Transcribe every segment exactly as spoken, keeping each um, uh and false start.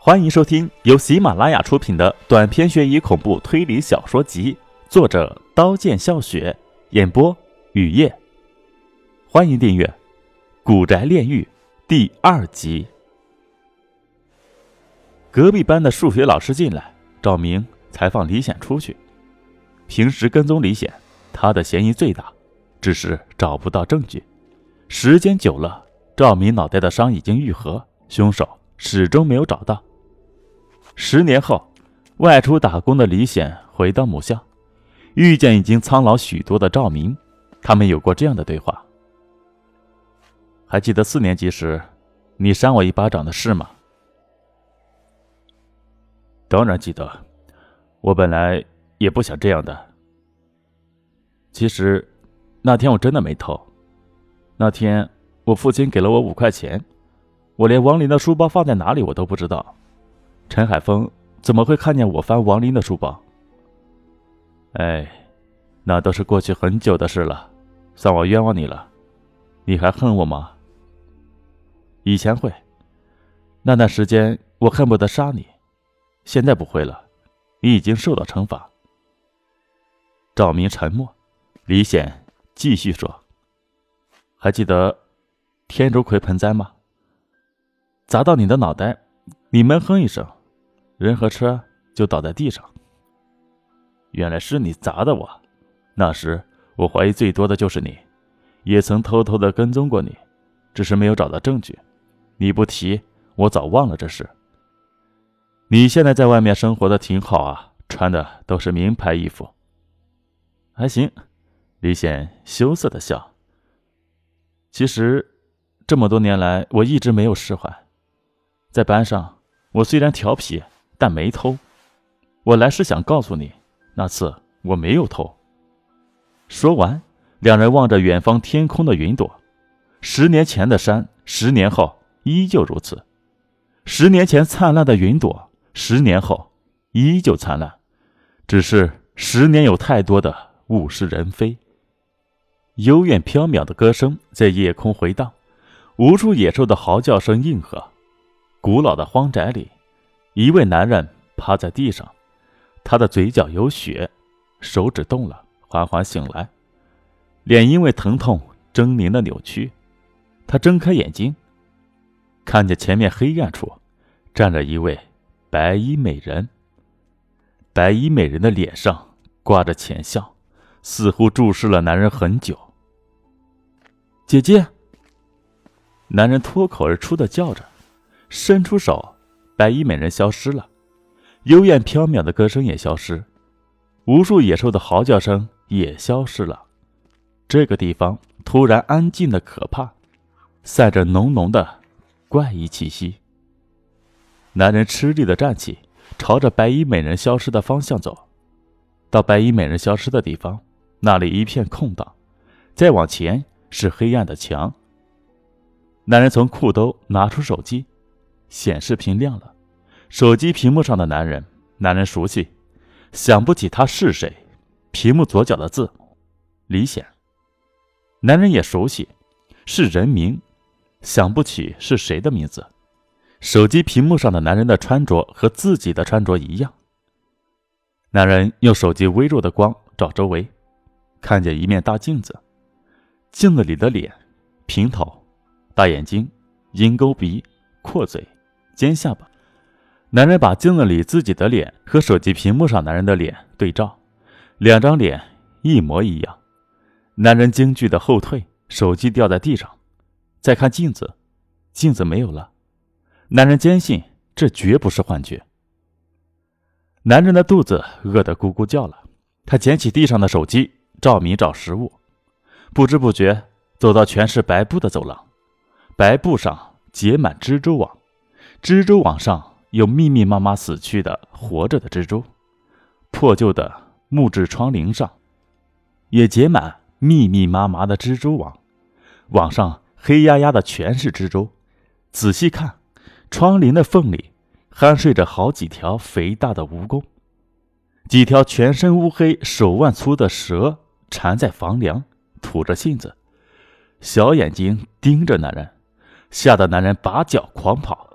欢迎收听由喜马拉雅出品的短篇悬疑恐怖推理小说集，作者刀剑笑雪，演播雨夜。欢迎订阅《古宅炼狱》第二集。隔壁班的数学老师进来，赵明才放李显出去。平时跟踪李显，他的嫌疑最大，只是找不到证据。时间久了，赵明脑袋的伤已经愈合，凶手始终没有找到。十年后，外出打工的李显回到母校，遇见已经苍老许多的赵明，他们有过这样的对话：还记得四年级时你扇我一巴掌的事吗？当然记得，我本来也不想这样的。其实那天我真的没偷，那天我父亲给了我五块钱，我连王林的书包放在哪里我都不知道。陈海峰怎么会看见我翻王林的书包？哎，那都是过去很久的事了，算我冤枉你了。你还恨我吗？以前会，那段时间我恨不得杀你，现在不会了，你已经受到惩罚。赵明沉默，李显继续说：还记得天竺葵盆栽吗？砸到你的脑袋，你闷哼一声，人和车就倒在地上。原来是你砸的我，那时我怀疑最多的就是你，也曾偷偷的跟踪过你，只是没有找到证据。你不提，我早忘了这事。你现在在外面生活的挺好啊，穿的都是名牌衣服。还行，李显羞涩的笑。其实这么多年来我一直没有释怀，在班上我虽然调皮，但没偷。我来是想告诉你，那次我没有偷。说完，两人望着远方天空的云朵。十年前的山，十年后依旧如此。十年前灿烂的云朵，十年后依旧灿烂，只是十年有太多的物是人非。幽怨缥缈的歌声在夜空回荡，无数野兽的嚎叫声应和。古老的荒宅里，一位男人趴在地上，他的嘴角有血，手指动了，缓缓醒来，脸因为疼痛狰狞的扭曲。他睁开眼睛，看见前面黑暗处站着一位白衣美人。白衣美人的脸上挂着浅笑，似乎注视了男人很久。姐姐！男人脱口而出的叫着，伸出手，白衣美人消失了，幽怨缥缈的歌声也消失，无数野兽的嚎叫声也消失了。这个地方突然安静的可怕，散着浓浓的怪异气息。男人吃力地站起，朝着白衣美人消失的方向走。到白衣美人消失的地方，那里一片空荡，再往前是黑暗的墙。男人从裤兜拿出手机，显示屏亮了。手机屏幕上的男人，男人熟悉，想不起他是谁。屏幕左脚的字，李显。男人也熟悉，是人名，想不起是谁的名字。手机屏幕上的男人的穿着和自己的穿着一样。男人用手机微弱的光照周围，看见一面大镜子，镜子里的脸，平头，大眼睛，鹰钩鼻，阔嘴，尖下巴。男人把镜子里自己的脸和手机屏幕上男人的脸对照，两张脸一模一样。男人惊惧的后退，手机掉在地上。再看镜子，镜子没有了。男人坚信这绝不是幻觉。男人的肚子饿得咕咕叫了，他捡起地上的手机，照明找食物。不知不觉走到全是白布的走廊，白布上结满蜘蛛网，蜘蛛网上有密密麻麻死去的活着的蜘蛛。破旧的木质窗棂上也结满密密麻麻的蜘蛛网，网上黑压压的全是蜘蛛。仔细看，窗棂的缝里酣睡着好几条肥大的蜈蚣，几条全身乌黑手腕粗的蛇缠在房梁，吐着信子，小眼睛盯着男人，吓得男人拔脚狂跑，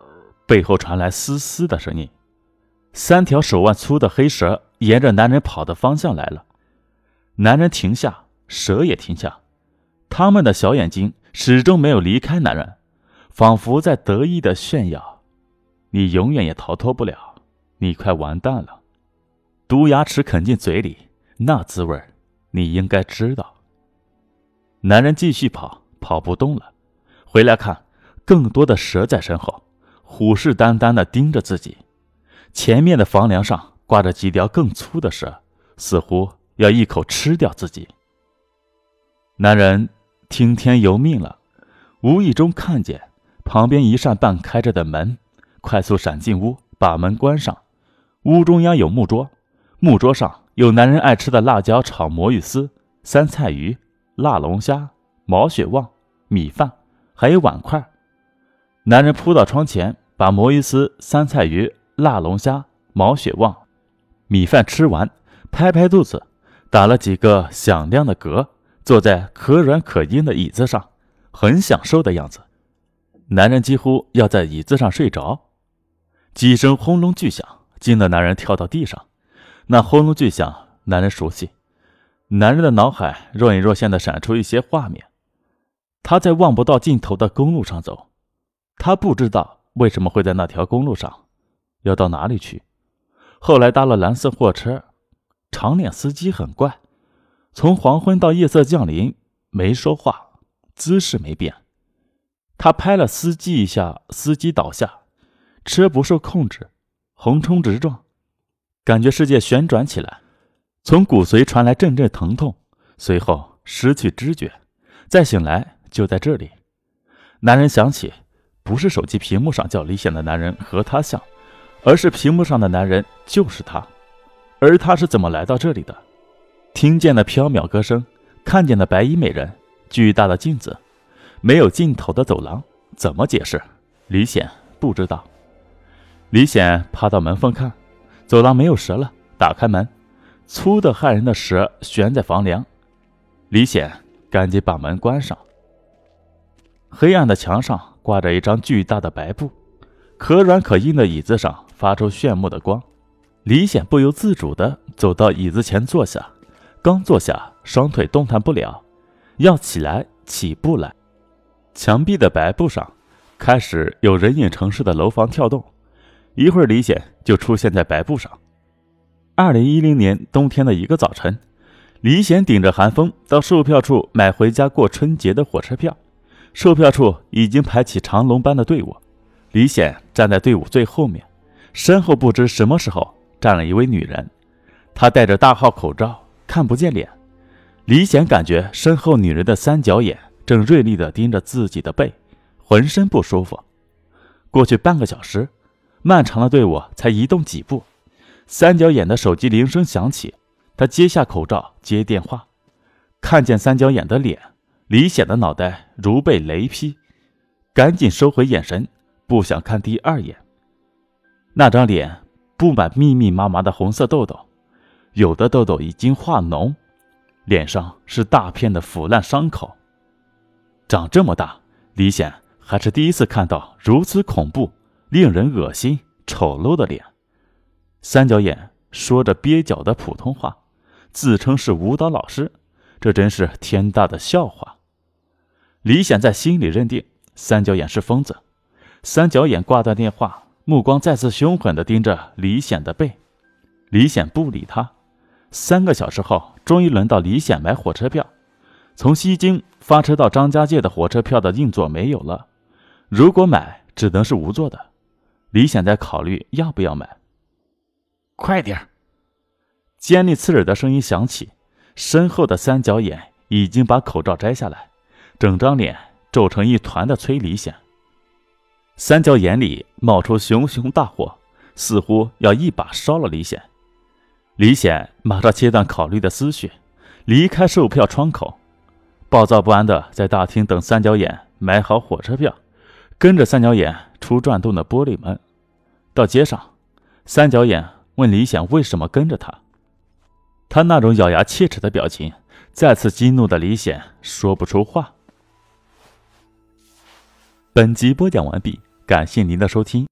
背后传来嘶嘶的声音，三条手腕粗的黑蛇沿着男人跑的方向来了。男人停下，蛇也停下，他们的小眼睛始终没有离开男人，仿佛在得意的炫耀：你永远也逃脱不了，你快完蛋了。毒牙齿啃进嘴里，那滋味你应该知道。男人继续跑，跑不动了，回来看，更多的蛇在身后虎视眈眈地盯着自己。前面的房梁上挂着几条更粗的蛇，似乎要一口吃掉自己。男人听天由命了，无意中看见旁边一扇半开着的门，快速闪进屋，把门关上。屋中央有木桌，木桌上有男人爱吃的辣椒炒魔芋丝、酸菜鱼、辣龙虾、毛血旺、米饭，还有碗筷。男人扑到窗前，把魔芋丝、酸菜鱼、辣龙虾、毛血旺、米饭吃完，拍拍肚子，打了几个响亮的嗝，坐在可软可硬的椅子上，很享受的样子。男人几乎要在椅子上睡着。几声轰隆巨响惊得男人跳到地上，那轰隆巨响男人熟悉，男人的脑海若隐若现地闪出一些画面。他在望不到尽头的公路上走，他不知道为什么会在那条公路上，要到哪里去。后来搭了蓝色货车，长脸司机很怪，从黄昏到夜色降临，没说话，姿势没变。他拍了司机一下，司机倒下，车不受控制，横冲直撞，感觉世界旋转起来，从骨髓传来阵阵疼痛，随后失去知觉，再醒来就在这里。男人想起，不是手机屏幕上叫李显的男人和他像，而是屏幕上的男人就是他。而他是怎么来到这里的？听见的飘渺歌声，看见的白衣美人，巨大的镜子，没有尽头的走廊，怎么解释？李显不知道。李显爬到门缝看，走廊没有蛇了，打开门，粗的骇人的蛇悬在房梁。李显赶紧把门关上。黑暗的墙上挂着一张巨大的白布，可软可硬的椅子上发出炫目的光。李显不由自主地走到椅子前坐下，刚坐下，双腿动弹不了，要起来起不来。墙壁的白布上开始有人影城市的楼房跳动，一会儿李显就出现在白布上。二零一零年冬天的一个早晨，李显顶着寒风到售票处买回家过春节的火车票。售票处已经排起长龙般的队伍，李显站在队伍最后面，身后不知什么时候站了一位女人，她戴着大号口罩，看不见脸。李显感觉身后女人的三角眼正锐利地盯着自己的背，浑身不舒服。过去半个小时，漫长的队伍才移动几步，三角眼的手机铃声响起，他接下口罩接电话，看见三角眼的脸，李显的脑袋如被雷劈，赶紧收回眼神，不想看第二眼。那张脸布满密密麻麻的红色痘痘，有的痘痘已经化脓，脸上是大片的腐烂伤口。长这么大，李显还是第一次看到如此恐怖、令人恶心、丑陋的脸。三角眼说着蹩脚的普通话，自称是舞蹈老师，这真是天大的笑话。李显在心里认定三角眼是疯子。三角眼挂断电话，目光再次凶狠地盯着李显的背。李显不理他。三个小时后，终于轮到李显买火车票。从西京发车到张家界的火车票的硬座没有了，如果买只能是无座的。李显在考虑要不要买。快点！尖利刺耳的声音响起，身后的三角眼已经把口罩摘下来，整张脸皱成一团的催李显。三角眼里冒出熊熊大火，似乎要一把烧了李显。李显马上切断考虑的思绪，离开售票窗口，暴躁不安地在大厅等三角眼买好火车票，跟着三角眼出转动的玻璃门。到街上，三角眼问李显为什么跟着他，他那种咬牙切齿的表情再次激怒的李显说不出话。本集播讲完毕，感谢您的收听。